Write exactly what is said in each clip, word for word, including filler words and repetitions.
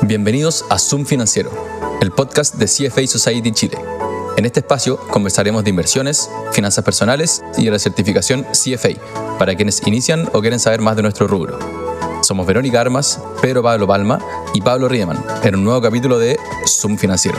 Bienvenidos a Zoom Financiero, el podcast de C F A Society Chile. En este espacio conversaremos de inversiones, finanzas personales y de la certificación C F A para quienes inician o quieren saber más de nuestro rubro. Somos Verónica Armas, Pedro Pablo Palma y Pablo Riemann en un nuevo capítulo de Zoom Financiero.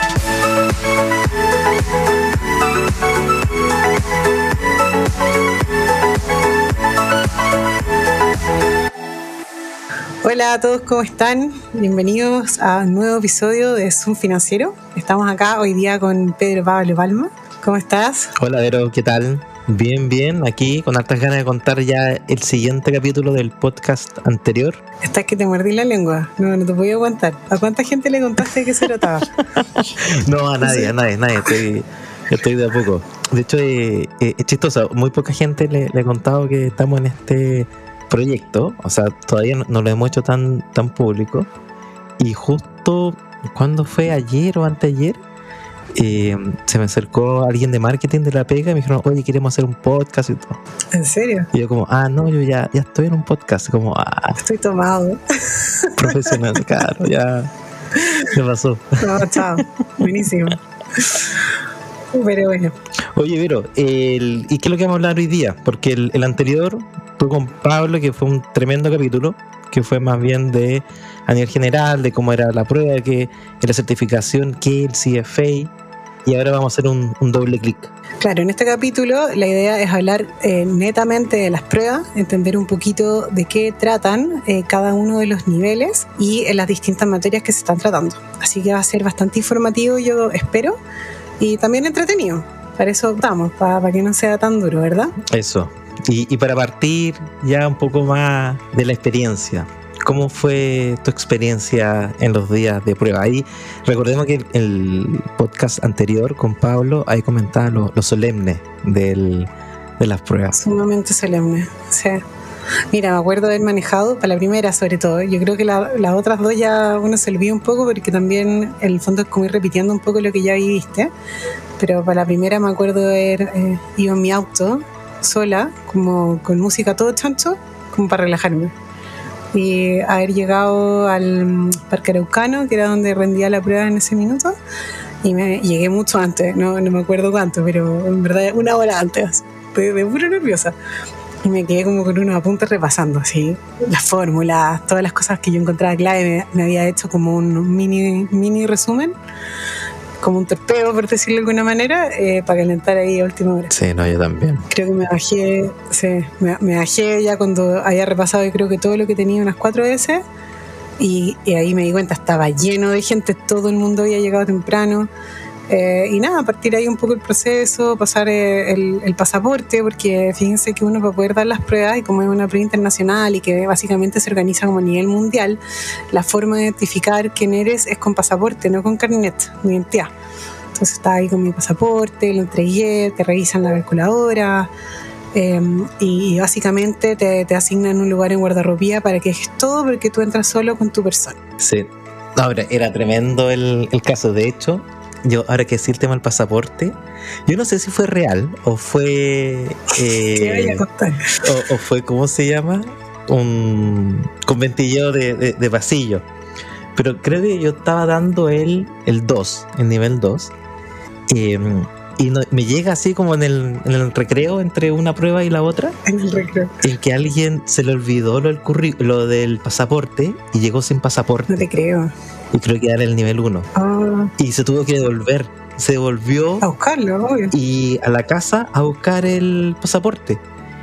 Hola a todos, ¿cómo están? Bienvenidos a un nuevo episodio de Zoom Financiero. Estamos acá hoy día con Pedro Pablo Palma. ¿Cómo estás? Hola Vero, ¿qué tal? Bien, bien, aquí con hartas ganas de contar ya el siguiente capítulo del podcast anterior. Estás que te mordí la lengua, no, no te podía aguantar. ¿A cuánta gente le contaste de qué se trataba? No, a nadie, a nadie, a nadie, estoy, estoy de a poco. De hecho, eh, eh, es chistoso, muy poca gente le, le he contado que estamos en este proyecto, o sea, todavía no, no lo hemos hecho tan, tan público. Y justo, ¿cuándo fue? ¿Ayer o anteayer? Eh, se me acercó alguien de marketing de la pega y me dijeron, oye, queremos hacer un podcast y todo. ¿En serio? Y yo como, ah, no, yo ya, ya estoy en un podcast, como, ah, estoy tomado. Profesional, claro, ya, ¿qué pasó? No, chao, buenísimo. Pero bueno. Oye, Vero, el, ¿y qué es lo que vamos a hablar hoy día? Porque el, el anterior fue con Pablo, que fue un tremendo capítulo, que fue más bien de a nivel general, de cómo era la prueba, que era certificación, que el C F A, y ahora vamos a hacer un, un doble clic. Claro, en este capítulo la idea es hablar eh, netamente de las pruebas, entender un poquito de qué tratan eh, cada uno de los niveles y en las distintas materias que se están tratando. Así que va a ser bastante informativo, yo espero, y también entretenido. Para eso vamos, para, para que no sea tan duro, ¿verdad? Eso. Y, y para partir ya un poco más de la experiencia, ¿cómo fue tu experiencia en los días de prueba? Ahí recordemos que el, el podcast anterior con Pablo, ahí comentaba lo, lo solemne del, de las pruebas. Sumamente solemne, sí. Mira, me acuerdo de haber manejado, para la primera sobre todo, yo creo que la, las otras dos ya uno se olvida un poco porque también en el fondo es como ir repitiendo un poco lo que ya viviste, pero para la primera me acuerdo de haber eh, ido en mi auto sola, como con música todo chancho, como para relajarme. Y haber llegado al Parque Araucano, que era donde rendía la prueba en ese minuto, y me llegué mucho antes, no, no me acuerdo cuánto, pero en verdad una hora antes, de, de pura nerviosa. Y me quedé como con unos apuntes repasando, así, las fórmulas, todas las cosas que yo encontraba clave, me, me había hecho como un mini, mini resumen, como un torpeo, por decirlo de alguna manera, eh, para calentar ahí a última hora. Sí, no, yo también. Creo que me bajé, sí, me, me bajé ya cuando había repasado, yo creo que todo lo que tenía unas cuatro veces, y, y ahí me di cuenta, estaba lleno de gente, todo el mundo había llegado temprano, eh, y nada, a partir de ahí un poco el proceso, pasar el, el pasaporte, porque fíjense que uno para poder dar las pruebas, y como es una prueba internacional y que básicamente se organiza como a nivel mundial, la forma de identificar quién eres es con pasaporte, no con carnet, mi identidad. Entonces estaba ahí con mi pasaporte, lo entregué, te revisan la calculadora, eh, y básicamente te, te asignan un lugar en guardarropía para que dejes todo, porque tú entras solo con tu persona. Sí, ahora era tremendo el, el caso. De hecho, yo ahora que decía el tema del pasaporte, yo no sé si fue real o fue eh, ¿Qué vaya a contar? O, o fue, ¿cómo se llama? Un conventilleo de, de, de pasillo. Pero creo que yo estaba dando el el dos, el nivel dos, eh, y no, me llega así como en el, en el recreo entre una prueba y la otra, en el recreo, en que a alguien se le olvidó lo del, curri- lo del pasaporte y llegó sin pasaporte. No te creo. Y creo que era el nivel uno. Oh. Y se tuvo que devolver. Se devolvió A buscarlo, obvio. Y a la casa a buscar el pasaporte.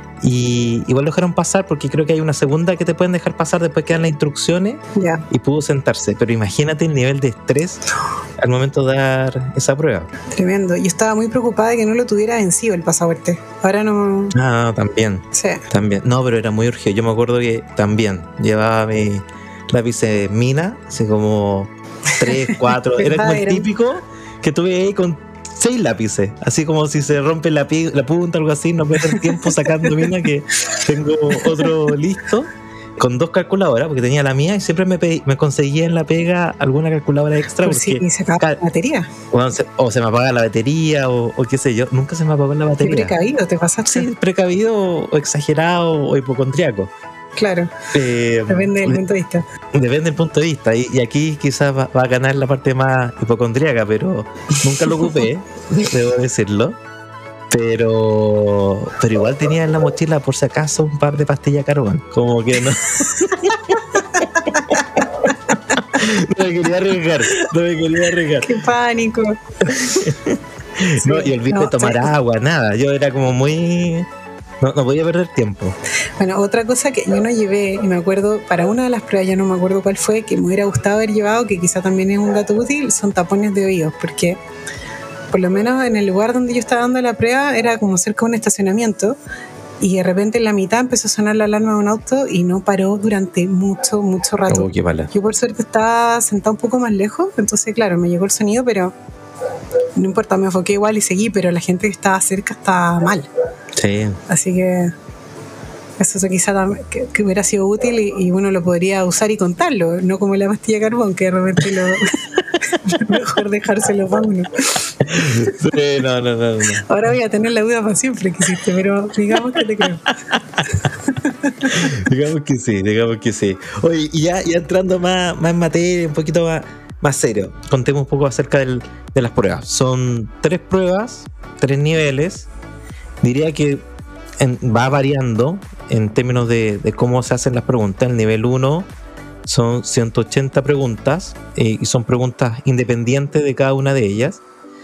Y igual lo dejaron pasar porque creo que hay una segunda que te pueden dejar pasar después que dan las instrucciones. Ya. Y pudo sentarse. Pero imagínate el nivel de estrés al momento de dar esa prueba. Tremendo. Yo estaba muy preocupada de que no lo tuviera vencido el pasaporte. Ahora no. Ah, también. Sí. También. No, pero era muy urgente. Yo me acuerdo que también llevaba mi lápiz de mina, así como tres, cuatro. Era como el típico que tuve ahí con seis lápices, así como si se rompe la, pi- la punta o algo así, no pierdo tiempo sacando mina, que tengo otro listo, con dos calculadoras, porque tenía la mía y siempre me, pe- me conseguía en la pega alguna calculadora extra. Por porque si se acaba ca- la batería. Bueno, se, o se me apaga la batería, o, o qué sé yo, nunca se me apagó la Qué batería. precavido te pasaste. Sí, precavido o exagerado o hipocondriaco. Claro, eh, depende del punto de vista. Depende del punto de vista. Y, y aquí quizás va, va a ganar la parte más hipocondríaca, pero nunca lo ocupé, debo decirlo. Pero pero igual tenía en la mochila, por si acaso, un par de pastillas carbón. Como que no. No me quería arriesgar. No me quería arriesgar. ¡Qué pánico! No, y olvidé no, tomar sí. agua, nada. Yo era como muy... No, no podía perder tiempo. Bueno, otra cosa que yo no llevé, y me acuerdo, para una de las pruebas, ya no me acuerdo cuál fue, que me hubiera gustado haber llevado, que quizá también es un dato útil, son tapones de oídos, porque por lo menos en el lugar donde yo estaba dando la prueba era como cerca de un estacionamiento, y de repente en la mitad empezó a sonar la alarma de un auto y no paró durante mucho, mucho rato. Oh, qué mala. Yo por suerte estaba sentada un poco más lejos, entonces claro, me llegó el sonido, pero no importa, me enfoqué igual y seguí, pero la gente que estaba cerca estaba mal. Sí. Así que eso quizá que, que hubiera sido útil y, y uno lo podría usar y contarlo, no como la pastilla carbón, que de repente lo mejor dejárselo para uno. Sí, no, no, no, no. Ahora voy a tener la duda para siempre que hiciste, pero digamos que te creo. Digamos que sí, digamos que sí. Oye, y ya, ya entrando más, más en materia, un poquito más, más serio, contemos un poco acerca del, de las pruebas. Son tres pruebas, tres niveles. Diría que en, va variando en términos de, de cómo se hacen las preguntas. El nivel uno son ciento ochenta preguntas eh, y son preguntas independientes de cada una de ellas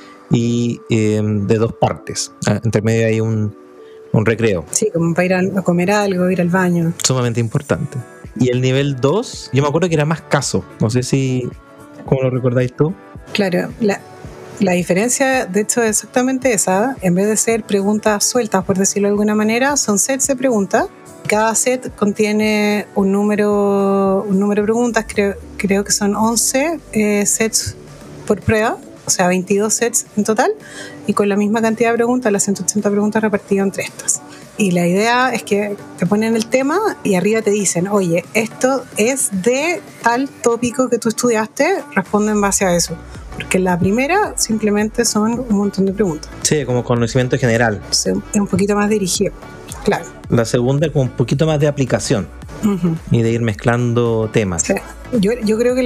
y eh, de dos partes. Entre medio hay un, un recreo. Sí, como para ir a comer algo, ir al baño. Sumamente importante. Y el nivel dos, yo me acuerdo que era más caso. No sé si... ¿Cómo lo recordáis tú? Claro, la... La diferencia, de hecho, es exactamente esa. En vez de ser preguntas sueltas, por decirlo de alguna manera, son sets de preguntas. Cada set contiene un número, un número de preguntas, creo, creo que son once eh, sets por prueba, o sea, veintidós sets en total, y con la misma cantidad de preguntas, las ciento ochenta preguntas repartidas entre estas. Y la idea es que te ponen el tema y arriba te dicen, oye, esto es de tal tópico que tú estudiaste, responde en base a eso. Porque la primera simplemente son un montón de preguntas. Sí, como conocimiento general. Sí, es un poquito más dirigido, claro. La segunda con un poquito más de aplicación uh-huh. y de ir mezclando temas. Sí. Yo, yo creo que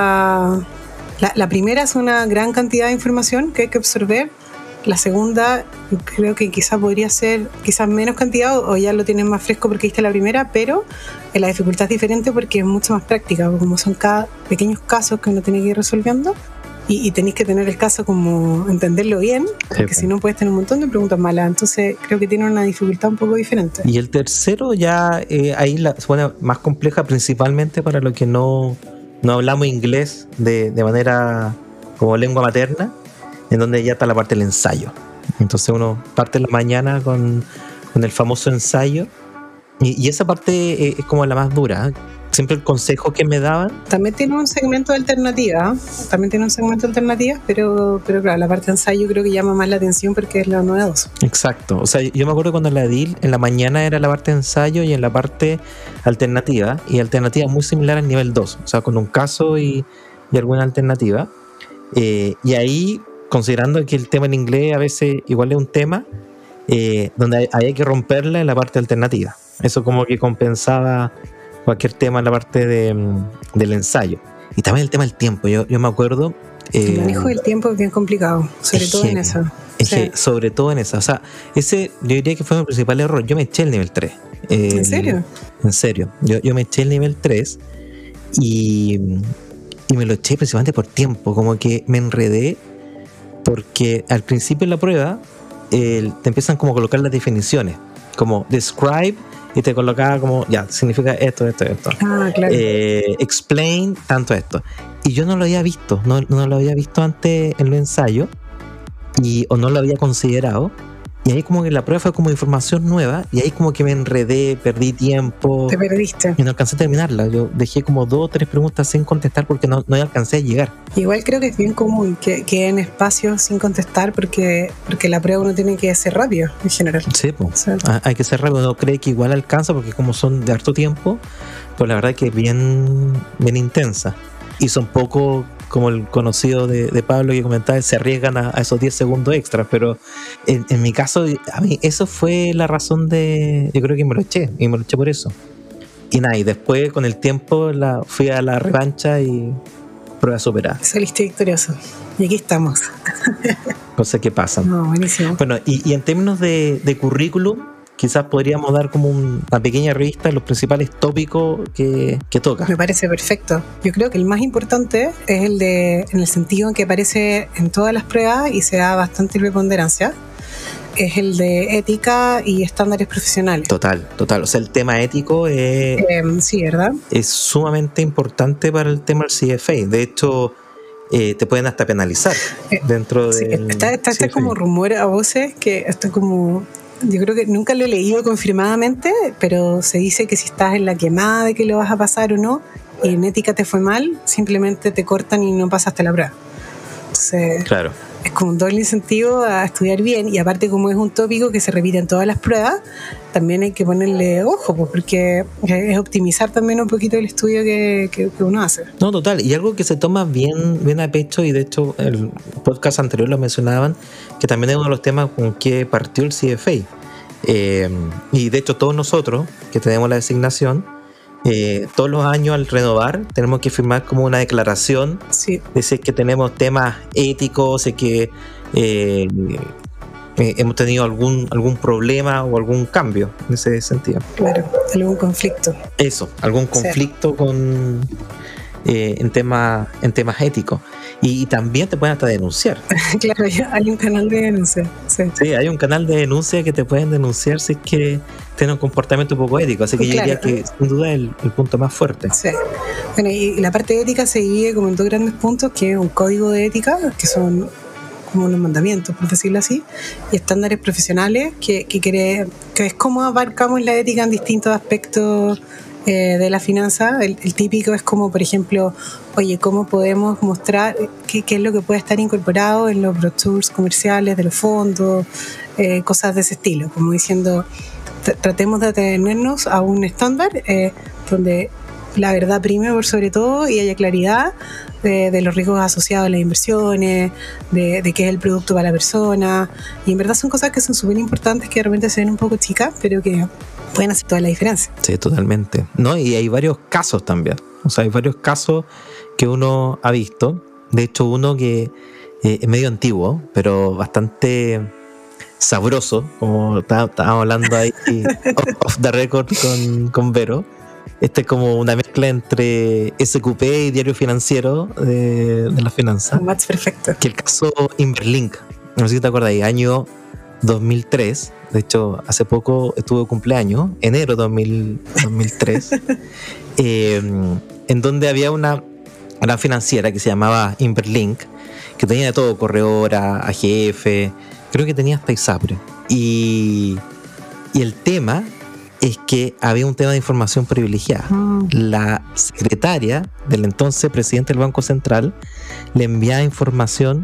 la, la, la primera es una gran cantidad de información que hay que absorber. La segunda creo que quizás podría ser quizás menos cantidad o ya lo tienen más fresco porque viste la primera, pero la dificultad es diferente porque es mucho más práctica, como son cada pequeños casos que uno tiene que ir resolviendo. Y, y tenéis que tener el caso como entenderlo bien, porque sí, si no puedes tener un montón de preguntas malas. Entonces creo que tiene una dificultad un poco diferente. Y el tercero ya eh, ahí la, se pone más compleja, principalmente para los que no, no hablamos inglés de, de manera como lengua materna, en donde ya está la parte del ensayo. Entonces uno parte en la mañana con, con el famoso ensayo y, y esa parte eh, es como la más dura, ¿eh? Siempre el consejo que me daban. También tiene un segmento de alternativas, también tiene un segmento de alternativas, pero, pero claro, la parte de ensayo creo que llama más la atención porque es lo novedoso. Exacto, o sea, yo me acuerdo cuando la di, en la mañana era la parte de ensayo y en la parte alternativa, y alternativa muy similar al nivel dos, o sea, con un caso y, y alguna alternativa. Eh, y ahí, considerando que el tema en inglés a veces igual es un tema, eh, donde hay, hay que romperla en la parte alternativa. Eso como que compensaba cualquier tema en la parte de, del ensayo. Y también el tema del tiempo. Yo, yo me acuerdo... Eh, el manejo del tiempo es bien complicado, sobre todo en eso. Es sí. que sobre todo en eso. O sea, ese yo diría que fue mi principal error. Yo me eché el nivel tres. Eh, ¿En serio? En serio. Yo, yo me eché el nivel tres y, y me lo eché principalmente por tiempo. Como que me enredé porque al principio en la prueba eh, te empiezan como a colocar las definiciones. Como describe... y te colocaba como, ya, significa esto, esto, esto. Ah, claro. Eh, explain, tanto esto. Y yo no lo había visto, no, no lo había visto antes en los ensayos, y, o no lo había considerado. Y ahí como que la prueba fue como información nueva, y ahí como que me enredé, perdí tiempo. Te perdiste. Y no alcancé a terminarla. Yo dejé como dos o tres preguntas sin contestar porque no, no alcancé a llegar. Igual creo que es bien común que queden espacios sin contestar porque, porque la prueba uno tiene que ser rápido en general. Sí, pues. O sea, hay que ser rápido. Uno cree que igual alcanza porque como son de harto tiempo, pues la verdad que es bien, bien intensa. Y son poco, como el conocido de, de Pablo que comentaba, se arriesgan a, a esos diez segundos extras, pero en, en mi caso, a mí eso fue la razón de, yo creo que me lo eché, y me lo eché por eso. y nada, y después con el tiempo la, fui a la revancha y prueba superada. Saliste victorioso. Y aquí estamos. Cosas que pasan. No, buenísimo. Bueno, y, y en términos de, de currículum, quizás podríamos dar como un, una pequeña revista de los principales tópicos que, que toca. Me parece perfecto. Yo creo que el más importante es el de, en el sentido en que aparece en todas las pruebas y se da bastante preponderancia, es el de ética y estándares profesionales. Total, total. O sea, el tema ético es, eh, sí, ¿verdad? Es sumamente importante para el tema del C F A. De hecho, eh, te pueden hasta penalizar eh, dentro sí, del está, está, está como rumor a voces que está como... Yo creo que nunca lo he leído confirmadamente, pero se dice que si estás en la quemada de que lo vas a pasar o no, y en ética te fue mal, simplemente te cortan y no pasaste la prueba. Entonces, claro. Es como un doble incentivo a estudiar bien, y aparte como es un tópico que se repite en todas las pruebas, también hay que ponerle ojo, pues, porque es optimizar también un poquito el estudio que, que, que uno hace. No, total, y algo que se toma bien, bien a pecho, y de hecho el podcast anterior lo mencionaban, que también es uno de los temas con que partió el C F A. Eh, y de hecho todos nosotros que tenemos la designación, Eh, todos los años al renovar tenemos que firmar como una declaración, sí, de si es que tenemos temas éticos, si es que eh, eh, hemos tenido algún, algún problema o algún cambio en ese sentido. Claro, algún conflicto. Eso, algún conflicto sí. con eh, en temas en temas éticos. Y, y también te pueden hasta denunciar. Claro, hay un canal de denuncia. Sí. sí, hay un canal de denuncia que te pueden denunciar si es que tienen un comportamiento un poco ético. Así que claro, yo diría que sin duda es el, el punto más fuerte. Sí. Bueno, y la parte ética se divide como en dos grandes puntos, que es un código de ética, que son como unos mandamientos, por decirlo así, y estándares profesionales, que, que, quiere, que es como abarcamos la ética en distintos aspectos Eh, de la finanza. El, el típico es como, por ejemplo, oye, ¿cómo podemos mostrar qué, qué es lo que puede estar incorporado en los brochures comerciales de los fondos? Eh, cosas de ese estilo, como diciendo, t- tratemos de atenernos a un estándar eh, donde la verdad prime por sobre todo y haya claridad de, de los riesgos asociados a las inversiones, de, de qué es el producto para la persona, y en verdad son cosas que son súper importantes, que de repente se ven un poco chicas, pero que pueden hacer toda la diferencia. Sí, totalmente. No, y hay varios casos también. O sea, hay varios casos que uno ha visto. De hecho, uno que eh, es medio antiguo, pero bastante sabroso, como estábamos hablando ahí off, off the record con, con Vero. Este es como una mezcla entre S Q P y Diario Financiero de, de la finanza. Un match perfecto. Que el caso Inverlink. No sé si te acuerdas, ahí, año dos mil tres. De hecho, hace poco estuvo de cumpleaños, enero dos mil, dos mil tres, eh, en donde había una gran financiera que se llamaba Inverlink, que tenía de todo, corredora, A G F, creo que tenía hasta ISAPRE. Y, y el tema es que había un tema de información privilegiada. Mm. La secretaria del entonces presidente del Banco Central le enviaba información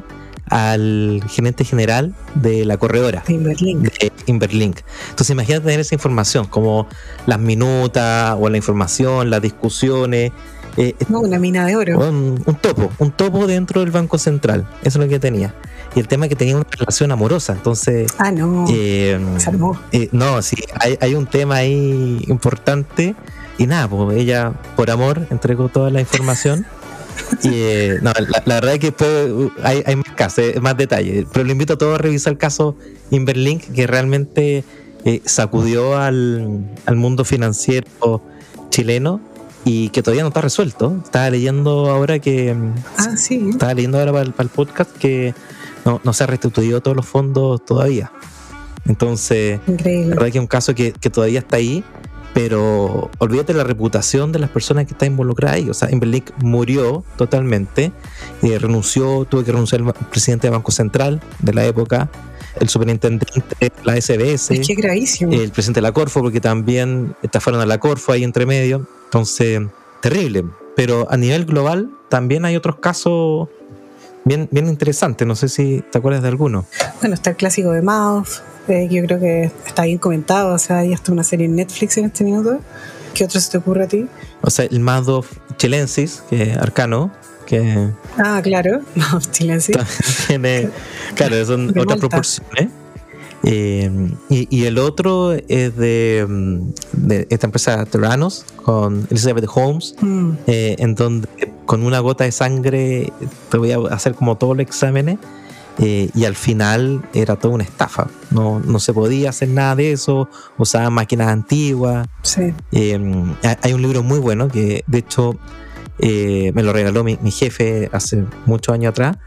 al gerente general de la corredora Inverlink. de Inverlink. Entonces imagínate tener esa información, como las minutas o la información, las discusiones. Eh, no, una mina de oro. Un, un topo, un topo dentro del Banco Central. Eso es lo que tenía. Y el tema es que tenía una relación amorosa, entonces... Ah, no, eh, se armó. Eh, no, sí, hay, hay un tema ahí importante. Y nada, pues ella, por amor, entregó toda la información. Y eh, no, la, la verdad es que después hay, hay más casos, eh, más detalles, pero le invito a todos a revisar el caso Inverlink, que realmente eh, sacudió al, al mundo financiero chileno y que todavía no está resuelto. Estaba leyendo ahora que ah, sí. estaba leyendo ahora para el, para el podcast que no, no se ha restituido todos los fondos todavía. Entonces, increíble. La verdad que es un caso que, que todavía está ahí. Pero olvídate la reputación de las personas que están involucradas ahí. O sea, Inverlink murió totalmente, eh, renunció, tuvo que renunciar el presidente del Banco Central de la época, el superintendente de la S B S, es que gravísimo. El presidente de la Corfo, porque también estafaron a la Corfo ahí entre medio. Entonces, terrible. Pero a nivel global también hay otros casos bien, bien interesantes. No sé si te acuerdas de alguno. Bueno, está el clásico de Madoff. Eh, yo creo que está bien comentado, o sea, hay hasta una serie en Netflix en este minuto. ¿Qué otro se te ocurre a ti? O sea, el Madoff chilensis, que es Arcano, que... Ah, claro, Madoff chilensis. Tiene, claro, son de otras Malta. proporciones. Eh, y, y el otro es de, de esta empresa Theranos con Elizabeth Holmes, mm. eh, en donde con una gota de sangre te voy a hacer como todos los exámenes, eh, y al final era toda una estafa. No, no se podía hacer nada de eso, usaban máquinas antiguas. Sí. Eh, hay un libro muy bueno que de hecho eh, me lo regaló mi, mi jefe hace muchos años atrás,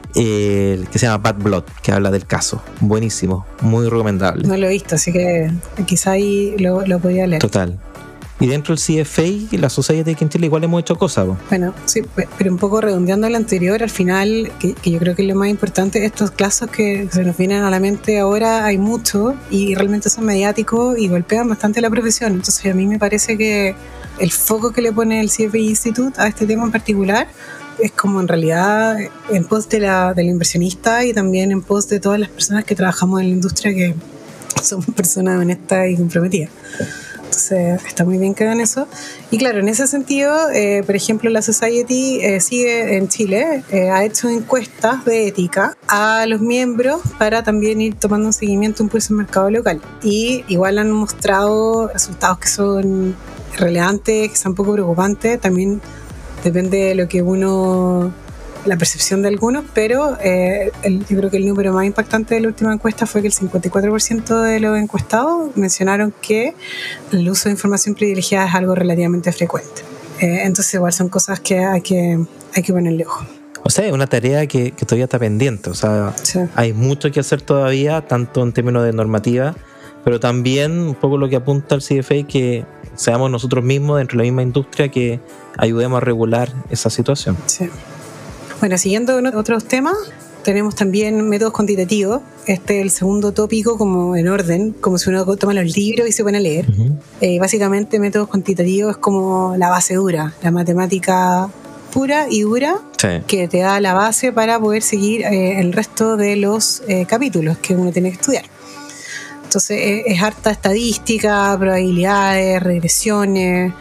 Eh, que se llama Bad Blood, que habla del caso. Buenísimo, muy recomendable. No lo he visto, así que quizá ahí lo, lo podía leer. Total. Y dentro del C F A, la Society aquí en Chile igual hemos hecho cosas, ¿no? Bueno, sí, pero un poco redondeando lo anterior, al final, que, que yo creo que es lo más importante, estos casos que se nos vienen a la mente ahora, hay muchos y realmente son mediáticos y golpean bastante la profesión. Entonces a mí me parece que el foco que le pone el C F A Institute a este tema en particular es como en realidad en pos de la, del inversionista y también en pos de todas las personas que trabajamos en la industria, que somos personas honestas y comprometidas. Entonces está muy bien que hagan eso. Y claro, en ese sentido, eh, por ejemplo, la Society eh, sigue en Chile, eh, ha hecho encuestas de ética a los miembros para también ir tomando un seguimiento, un pulso en el mercado local. Y igual han mostrado resultados que son relevantes, que son un poco preocupantes. También depende de lo que uno, la percepción de algunos, pero eh, el, yo creo que el número más impactante de la última encuesta fue que el cincuenta y cuatro por ciento de los encuestados mencionaron que el uso de información privilegiada es algo relativamente frecuente. Eh, entonces igual son cosas que hay que, hay que ponerle ojo. O sea, es una tarea que, que todavía está pendiente. O sea, sí. Hay mucho que hacer todavía, tanto en términos de normativa, pero también un poco lo que apunta el C F A, que seamos nosotros mismos dentro de la misma industria que ayudemos a regular esa situación. Sí. Bueno, siguiendo con otros temas, tenemos también métodos cuantitativos. Este es el segundo tópico, como en orden, como si uno toma los libros y se pone a leer. Uh-huh. Eh, básicamente, métodos cuantitativos es como la base dura, la matemática pura y dura, sí, que te da la base para poder seguir eh, el resto de los eh, capítulos que uno tiene que estudiar. Entonces es, es harta estadística, probabilidades, regresiones,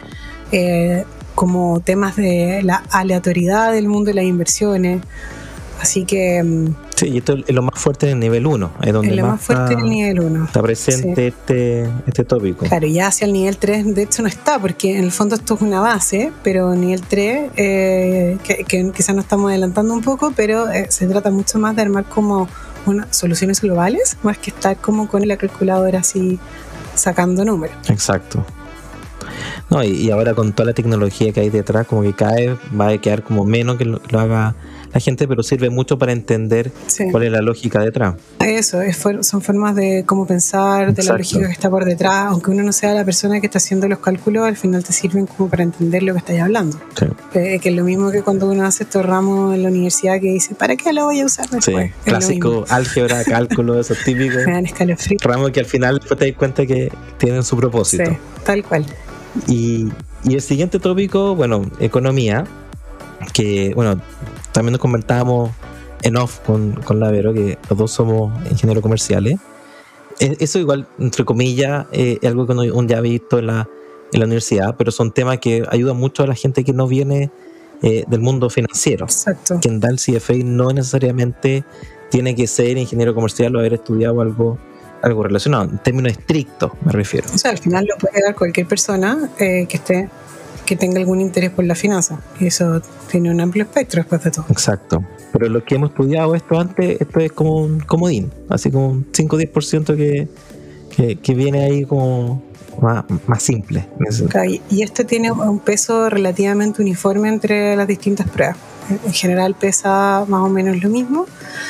eh, como temas de la aleatoriedad del mundo de las inversiones. Así que... Sí, y esto es lo más fuerte del nivel uno. Es donde es lo más, más fuerte del nivel uno. Está presente, sí, este, este tópico. Claro, ya hacia el nivel tres de hecho no está, porque en el fondo esto es una base, pero nivel tres, eh, que, que quizás nos estamos adelantando un poco, pero eh, se trata mucho más de armar como unas soluciones globales, más que estar como con la calculadora así sacando números. Exacto. No, y, y ahora con toda la tecnología que hay detrás, como que cada vez va a quedar como menos que lo, lo haga la gente, pero sirve mucho para entender, sí, cuál es la lógica detrás. Eso, es, son formas de cómo pensar, exacto, de la lógica que está por detrás. Aunque uno no sea la persona que está haciendo los cálculos, al final te sirven como para entender lo que estás hablando. Sí. Eh, que es lo mismo que cuando uno hace estos ramos en la universidad que dice, ¿para qué lo voy a usar después? Sí, es clásico, álgebra, cálculo, esos típicos. Me dan escalofrío. Ramos que al final después te das cuenta que tienen su propósito. Sí, tal cual. Y, y el siguiente tópico, bueno, economía, que bueno, también nos comentábamos en off con, con la Vero, que los dos somos ingenieros comerciales. Eso igual, entre comillas, es eh, algo que uno ya ha visto en la, en la universidad, pero son temas que ayudan mucho a la gente que no viene eh, del mundo financiero. Exacto. Quien da el C F A no necesariamente tiene que ser ingeniero comercial o haber estudiado algo algo relacionado, en términos estrictos me refiero. O sea, al final lo puede dar cualquier persona eh, que esté que tenga algún interés por la finanza, y eso tiene un amplio espectro después de todo. Exacto, pero los que hemos estudiado esto antes, esto es como un comodín, así como un cinco o diez por ciento que, que, que viene ahí como más, más simple. Okay, y este tiene un peso relativamente uniforme entre las distintas pruebas. En general pesa más o menos lo mismo.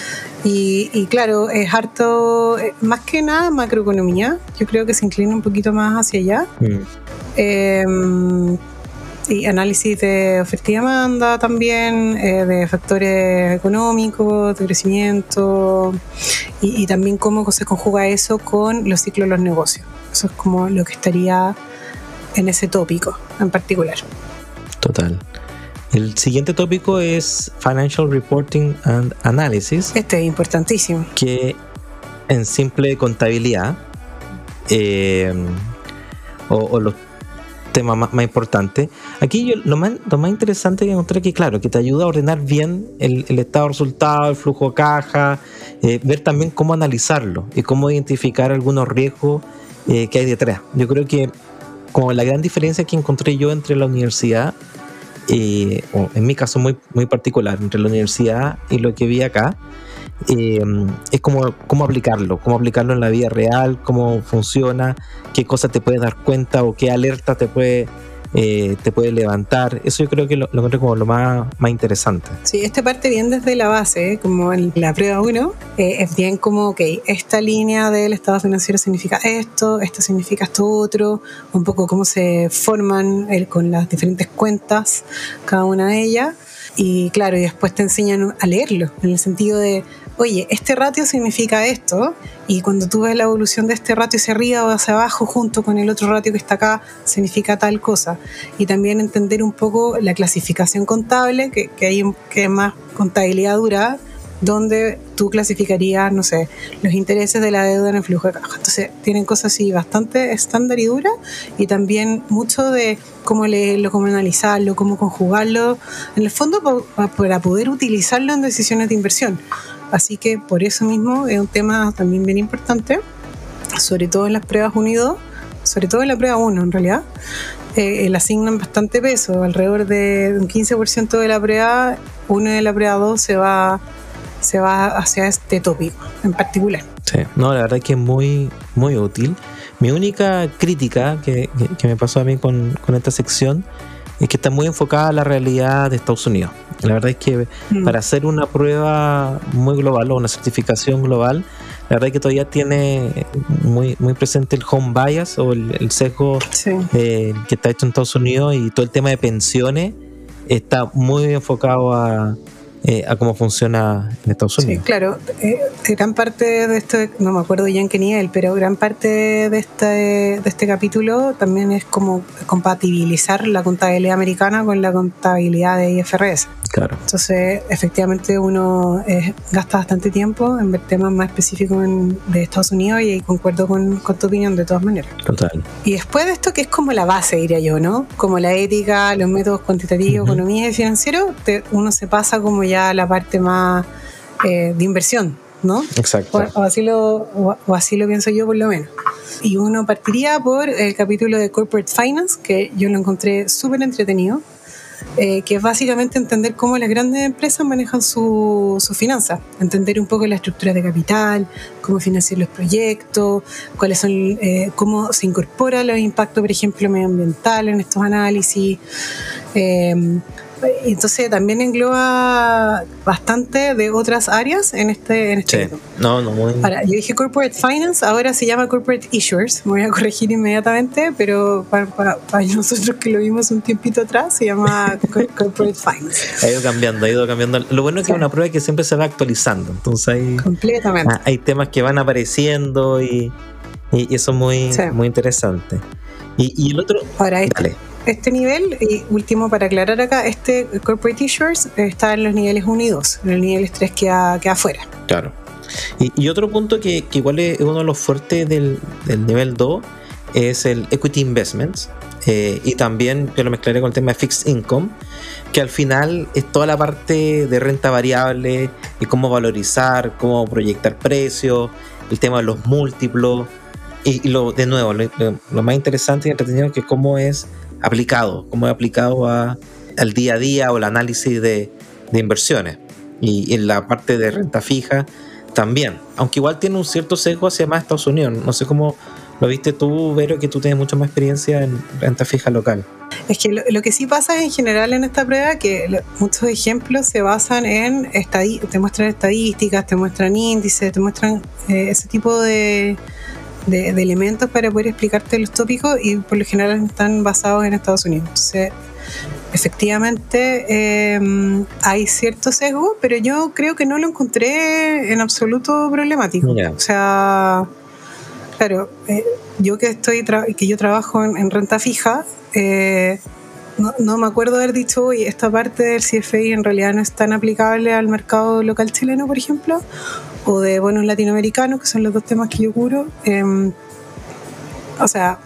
Y, y claro, es harto, más que nada macroeconomía. Yo creo que se inclina un poquito más hacia allá. Mm. Eh, y análisis de oferta y demanda también, eh, de factores económicos, de crecimiento, y, y también cómo se conjuga eso con los ciclos de los negocios. Eso es como lo que estaría en ese tópico en particular. Total. El siguiente tópico es Financial Reporting and Analysis. Este es importantísimo. Que en simple contabilidad, eh, o, o los tema más, más importante. Aquí yo, lo, más, lo más interesante que encontré que, claro, que te ayuda a ordenar bien el, el estado de resultado, el flujo de caja, eh, ver también cómo analizarlo y cómo identificar algunos riesgos eh, que hay detrás. Yo creo que como la gran diferencia que encontré yo entre la universidad, eh, o en mi caso muy, muy particular, entre la universidad y lo que vi acá, Eh, es como cómo aplicarlo, cómo aplicarlo en la vida real, cómo funciona, qué cosas te puedes dar cuenta o qué alerta te puede, eh, te puede levantar. Eso yo creo que lo, lo encuentro como lo más, más interesante. Sí, esta parte bien desde la base, ¿eh? Como en la prueba uno, eh, es bien como, ok, esta línea del estado financiero significa esto, esto significa esto otro, un poco cómo se forman el, con las diferentes cuentas, cada una de ellas. Y claro, y después te enseñan a leerlo, en el sentido de, oye, este ratio significa esto, y cuando tú ves la evolución de este ratio hacia arriba o hacia abajo junto con el otro ratio que está acá, significa tal cosa. Y también entender un poco la clasificación contable, que, que hay que es más contabilidad dura, donde tú clasificarías, no sé, los intereses de la deuda en el flujo de caja. Entonces tienen cosas así bastante estándar y duras, y también mucho de cómo leerlo, cómo analizarlo, cómo conjugarlo, en el fondo pa, pa, para poder utilizarlo en decisiones de inversión. Así que por eso mismo es un tema también bien importante, sobre todo en las pruebas uno y dos, sobre todo en la prueba uno en realidad. Eh, le asignan bastante peso, alrededor de un quince por ciento de la prueba uno y de la prueba dos se va se va hacia este tópico en particular. Sí, no, la verdad es que es muy, muy útil. Mi única crítica que, que, que me pasó a mí con, con esta sección es que está muy enfocada a la realidad de Estados Unidos. La verdad es que mm. para hacer una prueba muy global o una certificación global, la verdad es que todavía tiene muy, muy presente el home bias o el, el sesgo sí. eh, que está hecho en Estados Unidos, y todo el tema de pensiones está muy enfocado a Eh, a cómo funciona en Estados Unidos. Sí, claro. Eh, gran parte de esto, no me acuerdo ya en qué nivel, pero gran parte de este, de este capítulo también es como compatibilizar la contabilidad americana con la contabilidad de I F R S. Claro. Entonces, efectivamente, uno eh, gasta bastante tiempo en ver temas más específicos en, de Estados Unidos, y concuerdo con, con tu opinión de todas maneras. Total. Y después de esto, que es como la base, diría yo, ¿no? Como la ética, los métodos cuantitativos, uh-huh. economía y financiero, te, uno se pasa como ya a la parte más eh, de inversión, ¿no? Exacto. O, o, así lo, o, o así lo pienso yo, por lo menos. Y uno partiría por el capítulo de Corporate Finance, que yo lo encontré súper entretenido. Eh, que es básicamente entender cómo las grandes empresas manejan su, su finanzas, entender un poco la estructura de capital, cómo financiar los proyectos, cuáles son, eh, cómo se incorporan los impactos, por ejemplo, medioambientales en estos análisis. Eh, entonces también engloba bastante de otras áreas en este en este sí. no, no muy... Ahora, yo dije Corporate Finance, ahora se llama Corporate Issuers, me voy a corregir inmediatamente, pero para, para, para nosotros que lo vimos un tiempito atrás se llama Corporate Finance. Ha ido cambiando, ha ido cambiando. Lo bueno es que sí. es una prueba que siempre se va actualizando, entonces hay, completamente. hay temas que van apareciendo y, y eso es muy, sí. muy interesante. Y, y el otro... Ahora, este, dale. Este nivel, y último para aclarar acá, este Corporate Issuers está en los niveles uno y dos, en el nivel tres queda, queda afuera. Claro. Y, y otro punto que, que igual es uno de los fuertes del, del nivel dos es el Equity Investments, eh, y también yo lo mezclaré con el tema de Fixed Income, que al final es toda la parte de renta variable y cómo valorizar, cómo proyectar precios, el tema de los múltiplos, y, y lo, de nuevo, lo, lo más interesante y entretenido que cómo es aplicado, cómo es aplicado a, al día a día o el análisis de, de inversiones, y, y en la parte de renta fija también, aunque igual tiene un cierto sesgo hacia más Estados Unidos. No sé cómo lo viste tú, Vero, que tú tienes mucha más experiencia en renta fija local. Es que lo, lo que sí pasa en general en esta prueba, que lo, muchos ejemplos se basan en estadí- te muestran estadísticas, te muestran índices, te muestran eh, ese tipo de De, de elementos para poder explicarte los tópicos, y por lo general están basados en Estados Unidos. Entonces, efectivamente eh, hay cierto sesgo, pero yo creo que no lo encontré en absoluto problemático. Yeah. O sea, claro, eh, yo que estoy tra- que yo trabajo en, en renta fija, eh, no, no me acuerdo haber dicho, oye, esta parte del C F I en realidad no es tan aplicable al mercado local chileno, por ejemplo, o de bonos latinoamericanos, que son los dos temas que yo cubro. Eh, o sea,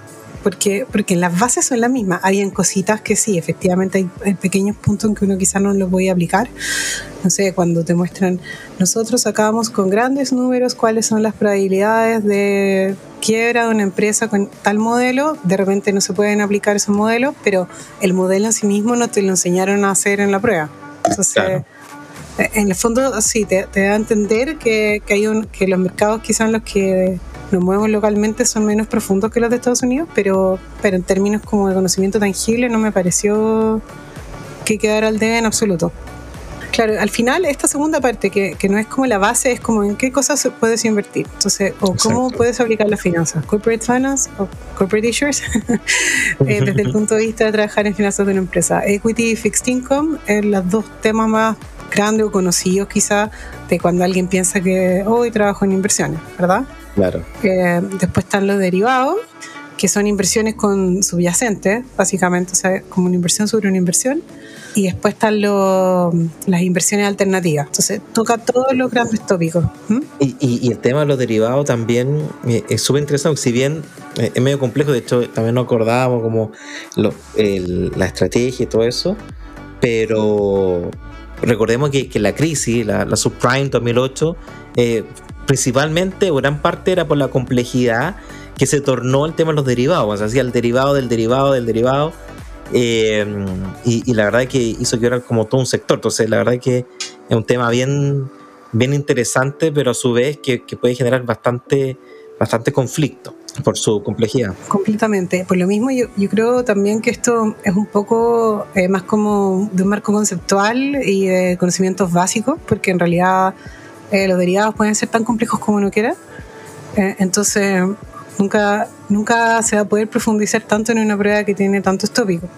porque, porque las bases son las mismas. Habían cositas que sí, efectivamente hay, hay pequeños puntos en que uno quizás no los voy a aplicar. No sé, cuando te muestran, nosotros sacamos con grandes números cuáles son las probabilidades de quiebra de una empresa con tal modelo, de repente no se pueden aplicar esos modelos, pero el modelo en sí mismo no te lo enseñaron a hacer en la prueba. Entonces, claro. En el fondo, sí, te, te da a entender que, que, hay un, que los mercados quizás los que nos movemos localmente son menos profundos que los de Estados Unidos, pero, pero en términos como de conocimiento tangible no me pareció que quedara al debe en absoluto. Claro, al final esta segunda parte que, que no es como la base, es como en qué cosas puedes invertir. Entonces, o Exacto. cómo puedes aplicar las finanzas, corporate finance o corporate issues, eh, desde el punto de vista de trabajar en finanzas de una empresa. Equity y fixed income, eh, los dos temas más grandes o conocidos quizá de cuando alguien piensa que hoy oh, trabajo en inversiones, ¿verdad? Claro. Eh, después están los derivados, que son inversiones con subyacentes, básicamente, o sea, como una inversión sobre una inversión. Y después están los, las inversiones alternativas. Entonces, toca todos los grandes tópicos. ¿Mm? Y, y, y el tema de los derivados también es súper interesante, si bien es medio complejo, de hecho, también nos acordábamos como lo, el, la estrategia y todo eso, pero recordemos que, que la crisis, la, la subprime dos mil ocho, eh, principalmente, o gran parte, era por la complejidad que se tornó el tema de los derivados. O sea, hacía el derivado del derivado del derivado. Eh, y, y la verdad es que hizo que era como todo un sector. Entonces la verdad es que es un tema bien, bien interesante, pero a su vez que, que puede generar bastante, bastante conflicto por su complejidad. Completamente. Por lo mismo yo, yo creo también que esto es un poco eh, más como de un marco conceptual y de conocimientos básicos, porque en realidad eh, los derivados pueden ser tan complejos como uno quiera. Eh, entonces Nunca, nunca se va a poder profundizar tanto en una prueba que tiene tantos tópicos.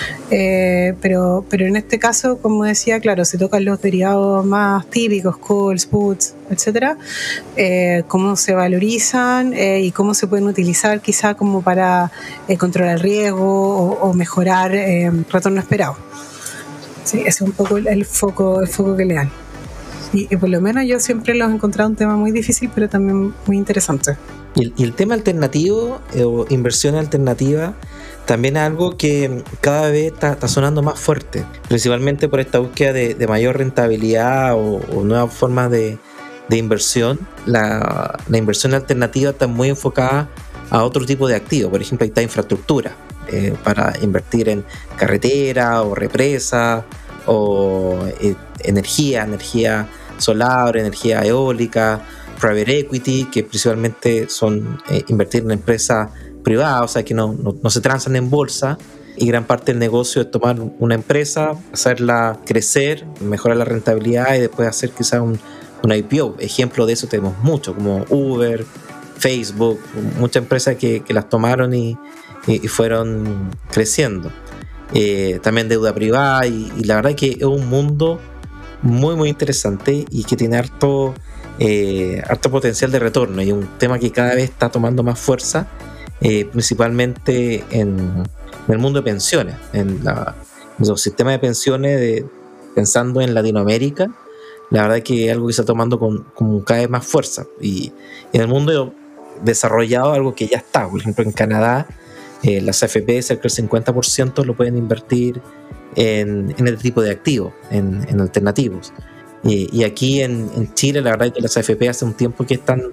Eh, pero, pero en este caso, como decía, claro, se tocan los derivados más típicos, calls, puts, etcétera, eh, cómo se valorizan eh, y cómo se pueden utilizar quizá como para eh, controlar el riesgo o, o mejorar eh, retorno esperado. Sí, ese es un poco el, el, foco, el foco que le dan. Y, y por lo menos yo siempre los he encontrado un tema muy difícil, pero también muy interesante. Y el, y el tema alternativo eh, o inversión alternativa también es algo que cada vez está, está sonando más fuerte, principalmente por esta búsqueda de, de mayor rentabilidad o, o nuevas formas de, de inversión. La, la inversión alternativa está muy enfocada a otro tipo de activos. Por ejemplo, ahí está infraestructura eh, para invertir en carretera o represa o eh, energía, energía solar, energía eólica, private equity, que principalmente son eh, invertir en empresas privadas, o sea que no, no, no se transan en bolsa, y gran parte del negocio es tomar una empresa, hacerla crecer, mejorar la rentabilidad y después hacer quizás un, un I P O. Ejemplo de eso tenemos mucho, como Uber, Facebook, muchas empresas que, que las tomaron y, y, y fueron creciendo. Eh, también deuda privada y, y la verdad es que es un mundo muy muy interesante y que tiene harto, eh, harto potencial de retorno, y un tema que cada vez está tomando más fuerza, eh, principalmente en, en el mundo de pensiones, en, la, en los sistemas de pensiones, de, pensando en Latinoamérica. La verdad es que es algo que está tomando con, con cada vez más fuerza, y, y en el mundo desarrollado algo que ya está. Por ejemplo, en Canadá eh, las A F P, cerca del cincuenta por ciento lo pueden invertir en, en este tipo de activos, en, en alternativos. Y, y aquí en, en Chile, la verdad es que las A F P hace un tiempo que están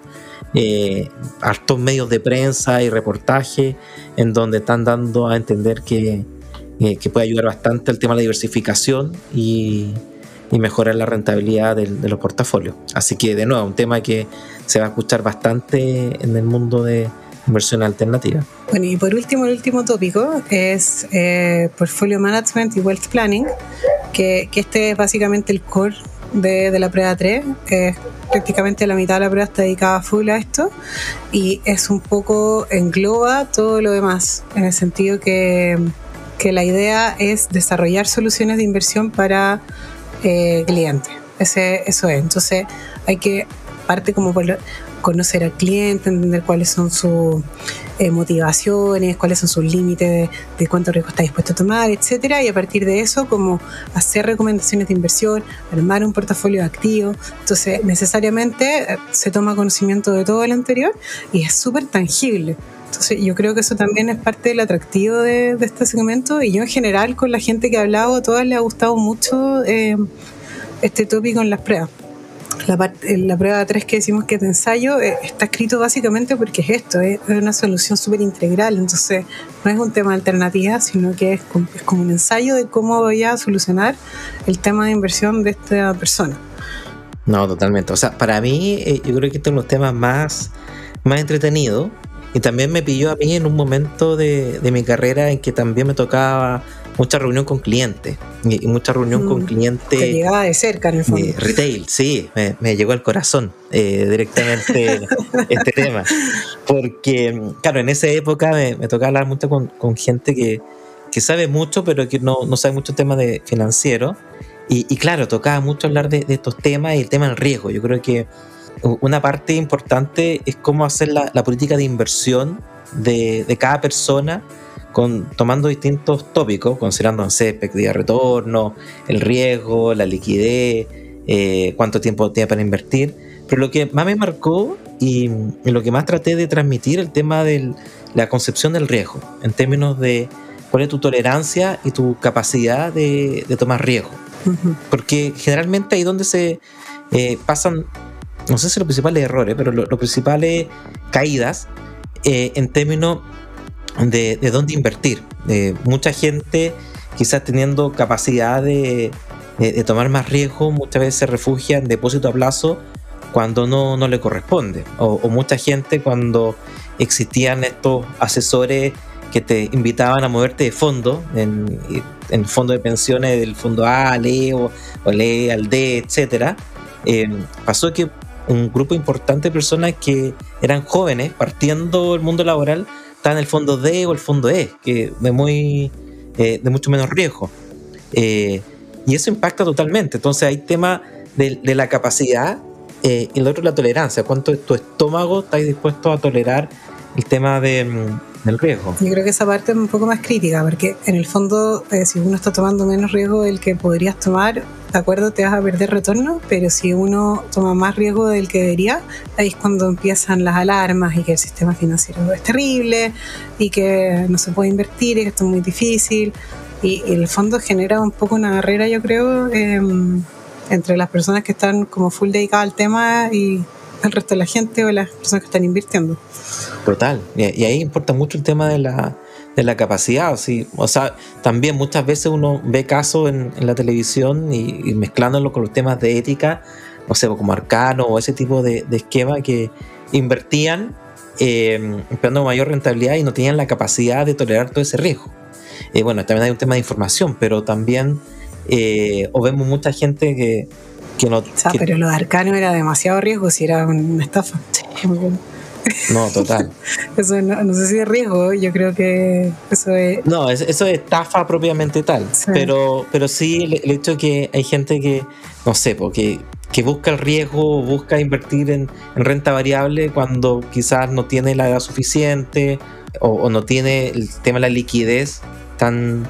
eh, hartos medios de prensa y reportajes en donde están dando a entender que, eh, que puede ayudar bastante el tema de la diversificación y, y mejorar la rentabilidad de, de los portafolios. Así que, de nuevo, un tema que se va a escuchar bastante en el mundo de inversión alternativa. Bueno, y por último, el último tópico es eh, Portfolio Management y Wealth Planning, que, que este es básicamente el core de, de la prueba tres. Eh, prácticamente la mitad de la prueba está dedicada full a esto, y es un poco, engloba todo lo demás, en el sentido que, que la idea es desarrollar soluciones de inversión para eh, clientes. Ese, eso es. Entonces hay que, parte como por conocer al cliente, entender cuáles son sus eh, motivaciones, cuáles son sus límites de, de cuánto riesgo está dispuesto a tomar, etcétera, y a partir de eso como hacer recomendaciones de inversión, armar un portafolio activo. Entonces necesariamente se toma conocimiento de todo lo anterior y es súper tangible. Entonces yo creo que eso también es parte del atractivo de, de este segmento, y yo en general con la gente que he hablado, a todas les ha gustado mucho eh, este tópico en las pruebas. La, parte, la prueba tres que decimos que es de ensayo eh, está escrito básicamente porque es esto, es, es una solución súper integral, entonces no es un tema de alternativa, sino que es, es como un ensayo de cómo voy a solucionar el tema de inversión de esta persona. No, totalmente. O sea, para mí eh, yo creo que este es uno de los temas más, más entretenidos, y también me pilló a mí en un momento de, de mi carrera en que también me tocaba mucha reunión con clientes y, y mucha reunión mm, con clientes. Te llegaba de cerca en el fondo. Eh, retail, sí, me, me llegó al corazón eh, directamente este tema. Porque, claro, en esa época me, me tocaba hablar mucho con, con gente que, que sabe mucho, pero que no, no sabe mucho tema de financiero. Y, y claro, tocaba mucho hablar de, de estos temas y el tema del riesgo. Yo creo que una parte importante es cómo hacer la, la política de inversión de, de cada persona, con, tomando distintos tópicos, considerando, no sé, expectativa de retorno, el riesgo, la liquidez, eh, cuánto tiempo tiene para invertir. Pero lo que más me marcó y, y lo que más traté de transmitir, el tema de la concepción del riesgo, en términos de cuál es tu tolerancia y tu capacidad de, de tomar riesgo. Uh-huh. Porque generalmente ahí donde se eh, pasan, no sé si los principales errores, pero los lo principales caídas eh, en términos de, de dónde invertir. Eh, mucha gente, quizás teniendo capacidad de, de, de tomar más riesgo, muchas veces se refugia en depósito a plazo cuando no, no le corresponde. O, o mucha gente, cuando existían estos asesores que te invitaban a moverte de fondo, en, en fondo de pensiones del fondo A al E o, o el E al D, etcétera, eh, pasó que un grupo importante de personas que eran jóvenes, partiendo el mundo laboral, estaban en el fondo D o el fondo E, que de, muy, eh, de mucho menos riesgo. Eh, y eso impacta totalmente. Entonces hay tema de, de la capacidad eh, y el otro la tolerancia. ¿Cuánto tu estómago está dispuesto a tolerar el tema de, del riesgo? Yo creo que esa parte es un poco más crítica, porque en el fondo, eh, si uno está tomando menos riesgo del que podrías tomar, de acuerdo, te vas a perder retorno, pero si uno toma más riesgo del que debería, ahí es cuando empiezan las alarmas y que el sistema financiero es terrible y que no se puede invertir y que esto es muy difícil, y, y el fondo genera un poco una barrera, yo creo, eh, entre las personas que están como full dedicadas al tema y el resto de la gente o las personas que están invirtiendo. Total, y, y ahí importa mucho el tema de la de la capacidad, ¿sí? O sea, también muchas veces uno ve casos en, en la televisión y, y mezclándolo con los temas de ética, no sé, como Arcano o ese tipo de, de esquema, que invertían eh, esperando mayor rentabilidad y no tenían la capacidad de tolerar todo ese riesgo. Eh, bueno, también hay un tema de información, pero también eh, o vemos mucha gente que, que no... O sea, que, pero lo de Arcano era demasiado riesgo si era una estafa. Sí, muy bueno. No, total. Eso no, no sé si es riesgo, yo creo que eso es... No, eso es estafa propiamente tal, sí. pero, pero sí el, el hecho de que hay gente que, no sé, porque, que busca el riesgo, busca invertir en, en renta variable cuando quizás no tiene la edad suficiente o, o no tiene el tema de la liquidez tan...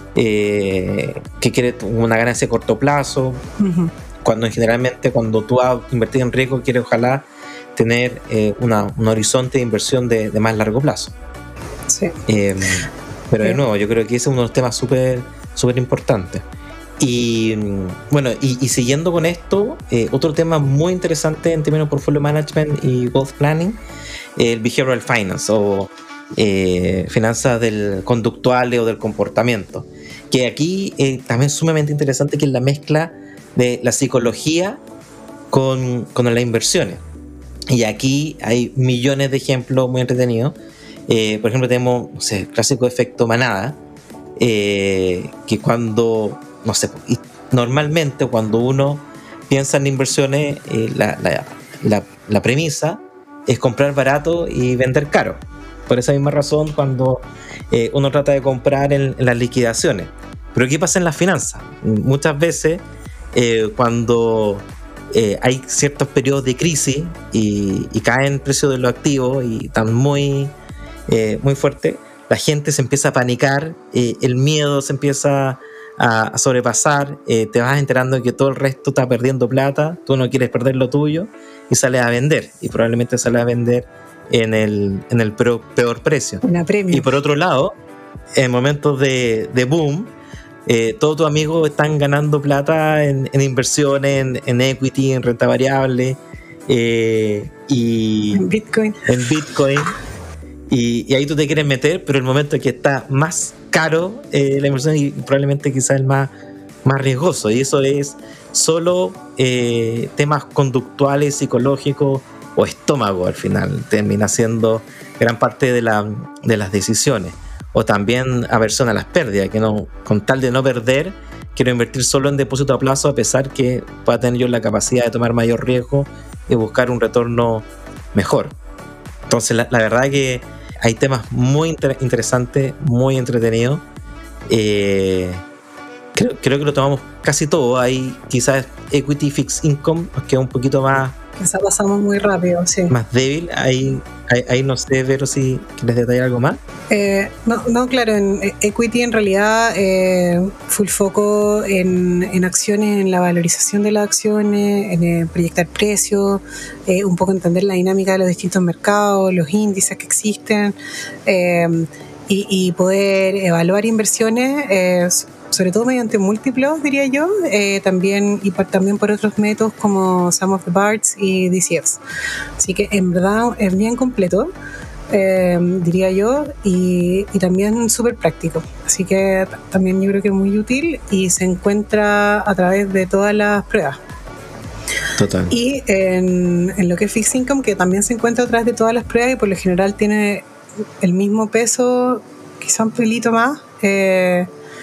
Eh, que quiere una ganancia a corto plazo, uh-huh. cuando generalmente cuando tú vas a invertir en riesgo quieres ojalá tener eh, una, un horizonte de inversión de, de más largo plazo. Sí. Eh, pero de nuevo, yo creo que ese es uno de los temas súper súper importantes. Y bueno, y, y siguiendo con esto, eh, otro tema muy interesante en términos de portfolio management y wealth planning, eh, el behavioral finance o eh, finanzas del conductuales o del comportamiento. Que aquí eh, también es sumamente interesante, que es la mezcla de la psicología con, con las inversiones. Y aquí hay millones de ejemplos muy entretenidos. Eh, por ejemplo, tenemos, no sé, el clásico efecto manada, eh, que cuando, no sé, normalmente cuando uno piensa en inversiones, eh, la, la, la, la premisa es comprar barato y vender caro. Por esa misma razón, cuando eh, uno trata de comprar en, en las liquidaciones. Pero ¿qué pasa en las finanzas? Muchas veces, eh, cuando... Eh, hay ciertos periodos de crisis y, y caen el precio de los activos y están muy, eh, muy fuerte, la gente se empieza a panicar, eh, el miedo se empieza a, a sobrepasar, eh, te vas enterando de que todo el resto está perdiendo plata, tú no quieres perder lo tuyo y sales a vender, y probablemente sales a vender en el, en el peor, peor precio. Una premio. Y por otro lado, en momentos de, de boom, eh, todos tus amigos están ganando plata en, en inversiones, en, en equity, en renta variable, eh, y en Bitcoin. En Bitcoin. Y, y ahí tú te quieres meter, pero el momento en que está más caro eh, la inversión y probablemente quizás el más, más riesgoso. Y eso es solo eh, temas conductuales, psicológicos o estómago al final. Termina siendo gran parte de, la, de las decisiones. O también aversión a las pérdidas, que no, con tal de no perder, quiero invertir solo en depósito a plazo a pesar que pueda tener yo la capacidad de tomar mayor riesgo y buscar un retorno mejor. Entonces la, la verdad que hay temas muy inter- interesantes, muy entretenidos. Eh, creo, creo que lo tomamos casi todo. Hay quizás equity fixed income, que es un poquito más... Quizás pasamos muy rápido, sí. Más débil. Ahí, ahí, ahí no sé, Vero, si quieres detallar algo más. Eh, no, no, claro, en equity en realidad eh, full foco en, en acciones, en la valorización de las acciones, en eh, proyectar precios, eh, un poco entender la dinámica de los distintos mercados, los índices que existen, eh, y, y poder evaluar inversiones, eh, sobre todo mediante múltiplos, diría yo, eh, también y por, también por otros métodos como Sum of the Parts y D C Fs. Así que en verdad es bien completo. Eh, diría yo, y, y también súper práctico, así que t- también yo creo que es muy útil y se encuentra a través de todas las pruebas. Total. Y en, en lo que es Fixed Income, que también se encuentra a través de todas las pruebas y por lo general tiene el mismo peso, quizá un pelito más eh,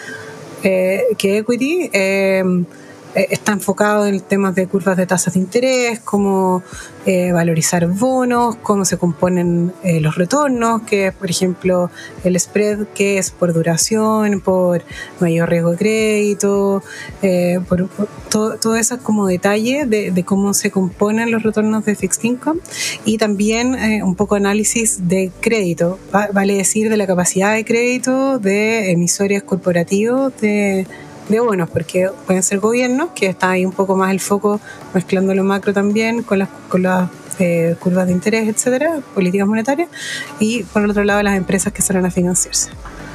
eh, que Equity. eh, Está enfocado en temas de curvas de tasas de interés, cómo eh, valorizar bonos, cómo se componen eh, los retornos, que es, por ejemplo, el spread, que es por duración, por mayor riesgo de crédito, eh, por, por todo, todo eso como detalle de, de cómo se componen los retornos de fixed income, y también eh, un poco análisis de crédito, va, vale decir, de la capacidad de crédito de emisores corporativos de de bonos, porque pueden ser gobiernos, que está ahí un poco más el foco mezclando lo macro también con las, con las eh, curvas de interés, etcétera, políticas monetarias, y por el otro lado las empresas que salen a financiarse.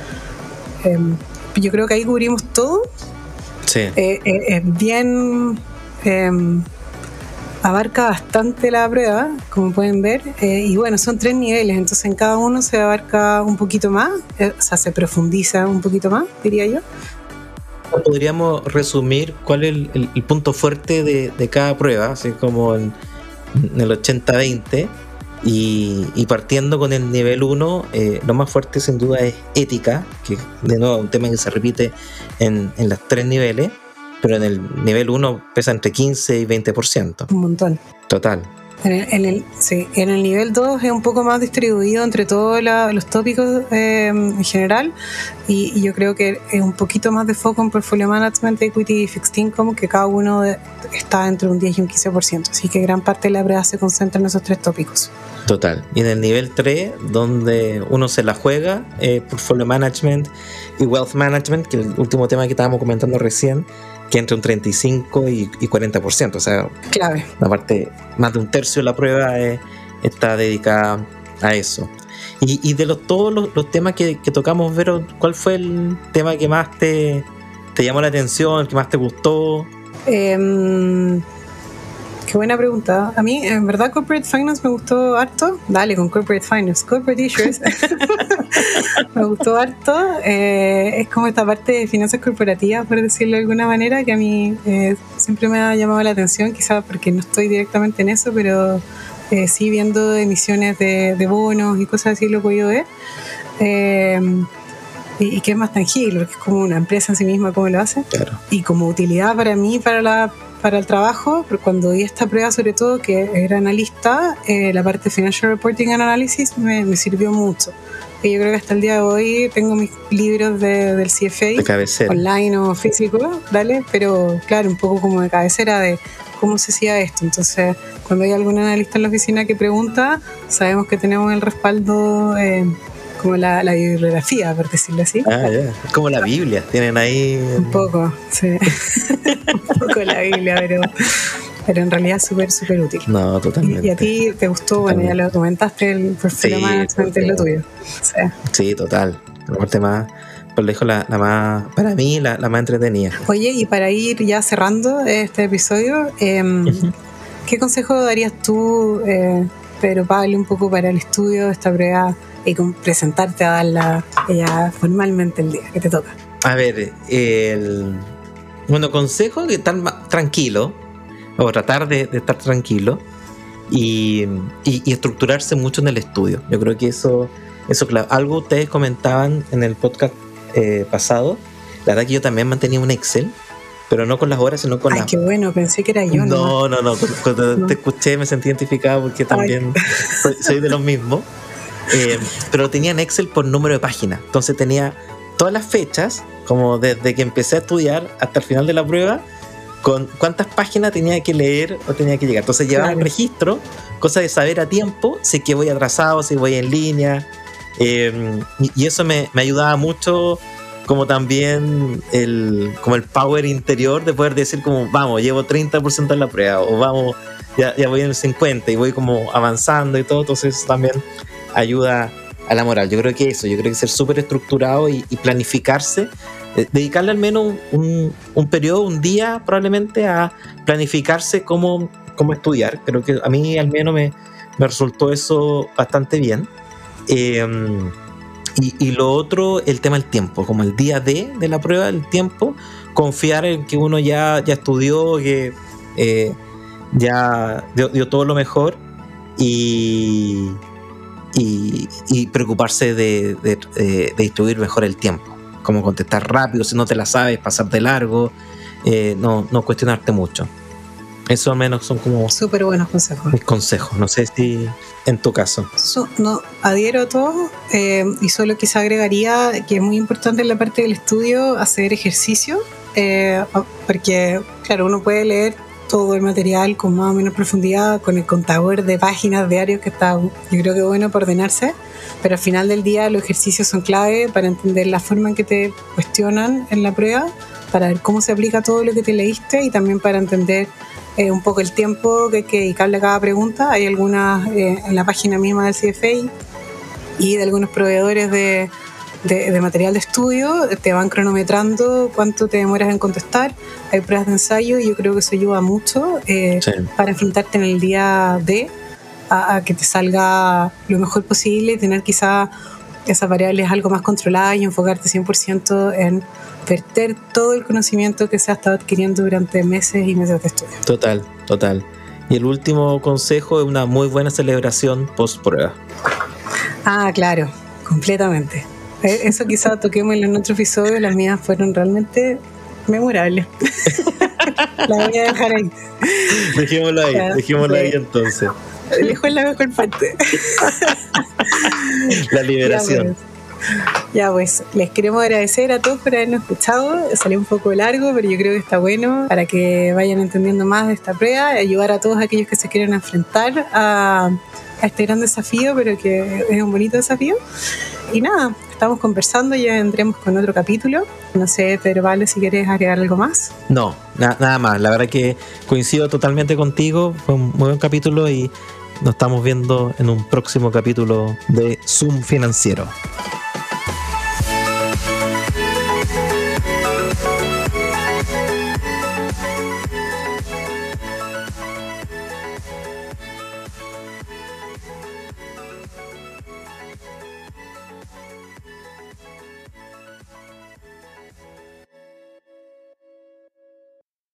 Eh, yo creo que ahí cubrimos todo. Sí. Eh, eh, es bien... Eh, abarca bastante la prueba, como pueden ver, eh, y bueno, son tres niveles, entonces en cada uno se abarca un poquito más, eh, o sea, se profundiza un poquito más, diría yo. Podríamos resumir cuál es el, el, el punto fuerte de, de cada prueba, así como en, en el ochenta veinte, y, y partiendo con el nivel uno, eh, lo más fuerte sin duda es ética, que de nuevo es un tema que se repite en, en los tres niveles, pero en el nivel uno pesa entre quince y veinte por ciento. Un montón. Total. En el, en el, sí, en el nivel dos es un poco más distribuido entre todos la, los tópicos eh, en general, y, y yo creo que es un poquito más de foco en portfolio management, equity y fixed income, que cada uno de, está entre un diez y un quince por ciento, así que gran parte de la prueba se concentra en esos tres tópicos. Total. Y en el nivel tres, donde uno se la juega, eh, portfolio management y wealth management, que es el último tema que estábamos comentando recién, que entre un treinta y cinco y cuarenta por ciento, o sea, clave. La parte, más de un tercio de la prueba es, está dedicada a eso. Y, y de los, todos los, los temas que, que tocamos, Vero, ¿cuál fue el tema que más te, te llamó la atención, el que más te gustó? Eh, qué buena pregunta. A mí, en verdad, Corporate Finance me gustó harto. Dale, con Corporate Finance, Corporate Issues. Me gustó harto. Eh, es como esta parte de finanzas corporativas, por decirlo de alguna manera, que a mí eh, siempre me ha llamado la atención, quizás porque no estoy directamente en eso, pero eh, sí viendo emisiones de, de bonos y cosas así lo he podido ver. Eh, y, y que es más tangible, porque es como una empresa en sí misma, cómo lo hace. Claro. Y como utilidad para mí, para la para el trabajo, pero cuando vi esta prueba, sobre todo que era analista, eh, la parte de Financial Reporting and Analysis me, me sirvió mucho. Y yo creo que hasta el día de hoy tengo mis libros de, del C F A, de cabecera, online o físico, ¿vale? Pero claro, un poco como de cabecera de cómo se hacía esto. Entonces, cuando hay algún analista en la oficina que pregunta, sabemos que tenemos el respaldo, eh, como la, la bibliografía, por decirlo así. Ah, ya. Yeah. Como la Biblia, tienen ahí... Un poco, sí. Un poco la Biblia, pero, pero en realidad es súper, súper útil. No, totalmente. Y, y a ti te gustó, totalmente. Bueno, ya lo comentaste, el portfolio sí, management es lo tuyo. O sea. Sí, total. La parte más, por lejos, la, la más, para mí, la, la más entretenida. Oye, y para ir ya cerrando este episodio, eh, uh-huh. ¿qué consejo darías tú, eh, Pedro Pablo, un poco para el estudio de esta prueba y con presentarte a darla ya formalmente el día que te toca? A ver, el... bueno, consejo que estar más tranquilo, o tratar de, de estar tranquilo y, y, y estructurarse mucho en el estudio. Yo creo que eso, eso claro. Algo ustedes comentaban en el podcast eh, pasado, la verdad que yo también mantenía un Excel, pero no con las horas, sino con Ay, las... qué bueno, pensé que era yo. No, no, no, no. Cuando no. te escuché me sentí identificado porque también soy, soy de los mismos. Eh, pero tenía en Excel por número de páginas. Entonces tenía todas las fechas, como desde que empecé a estudiar hasta el final de la prueba, con cuántas páginas tenía que leer o tenía que llegar. Entonces llevaba claro. un registro, cosa de saber a tiempo si que voy atrasado, si voy en línea. Eh, y, y eso me, me ayudaba mucho, como también el, como el power interior de poder decir como, vamos, llevo treinta por ciento en la prueba, o vamos, ya, ya voy en el cincuenta y voy como avanzando y todo. Entonces eso también ayuda a la moral. Yo creo que eso, yo creo que ser súper estructurado y, y planificarse, eh, dedicarle al menos un, un periodo, un día probablemente a planificarse cómo, cómo estudiar. Creo que a mí al menos me, me resultó eso bastante bien. Eh, y, y lo otro, el tema del tiempo, como el día D de la prueba, el tiempo, confiar en que uno ya, ya estudió, que eh, ya dio, dio todo lo mejor y Y, y preocuparse de, de, de, de distribuir mejor el tiempo, como contestar rápido, si no te la sabes, pasar de largo, eh, no, no cuestionarte mucho. Eso al menos son como súper buenos consejos. Mis consejos, no sé si en tu caso. So, no, adhiero a todo, eh, y solo quizá agregaría que es muy importante en la parte del estudio hacer ejercicio, eh, porque claro, uno puede leer todo el material con más o menos profundidad, con el contador de páginas diarios que está, yo creo que es bueno para ordenarse, pero al final del día los ejercicios son clave para entender la forma en que te cuestionan en la prueba, para ver cómo se aplica todo lo que te leíste y también para entender eh, un poco el tiempo que hay que dedicarle a cada pregunta. Hay algunas eh, en la página misma del C F A y de algunos proveedores de De, de material de estudio, te van cronometrando cuánto te demoras en contestar. Hay pruebas de ensayo y yo creo que eso ayuda mucho eh, sí. para enfrentarte en el día D a, a que te salga lo mejor posible y tener quizá esas variables algo más controladas y enfocarte cien por ciento en verter todo el conocimiento que se ha estado adquiriendo durante meses y meses de estudio. Total, total. Y el último consejo es una muy buena celebración post prueba. Ah, claro, completamente. Eso quizá toquemos en otro episodio. Las mías fueron realmente memorables. La voy a dejar ahí. Dejémoslo ahí, ya, dejémoslo sí. ahí entonces. Dejo en la mejor parte. La liberación. Ya pues. ya pues, les queremos agradecer a todos por habernos escuchado. Salió un poco largo, pero yo creo que está bueno para que vayan entendiendo más de esta prueba, ayudar a todos aquellos que se quieren enfrentar a, a este gran desafío, pero que es un bonito desafío. Y nada, estamos conversando y ya vendremos con otro capítulo. No sé, Pedro Pablo, si quieres agregar algo más. No, na- nada más. La verdad que coincido totalmente contigo. Fue un muy buen capítulo y nos estamos viendo en un próximo capítulo de Zoom Financiero.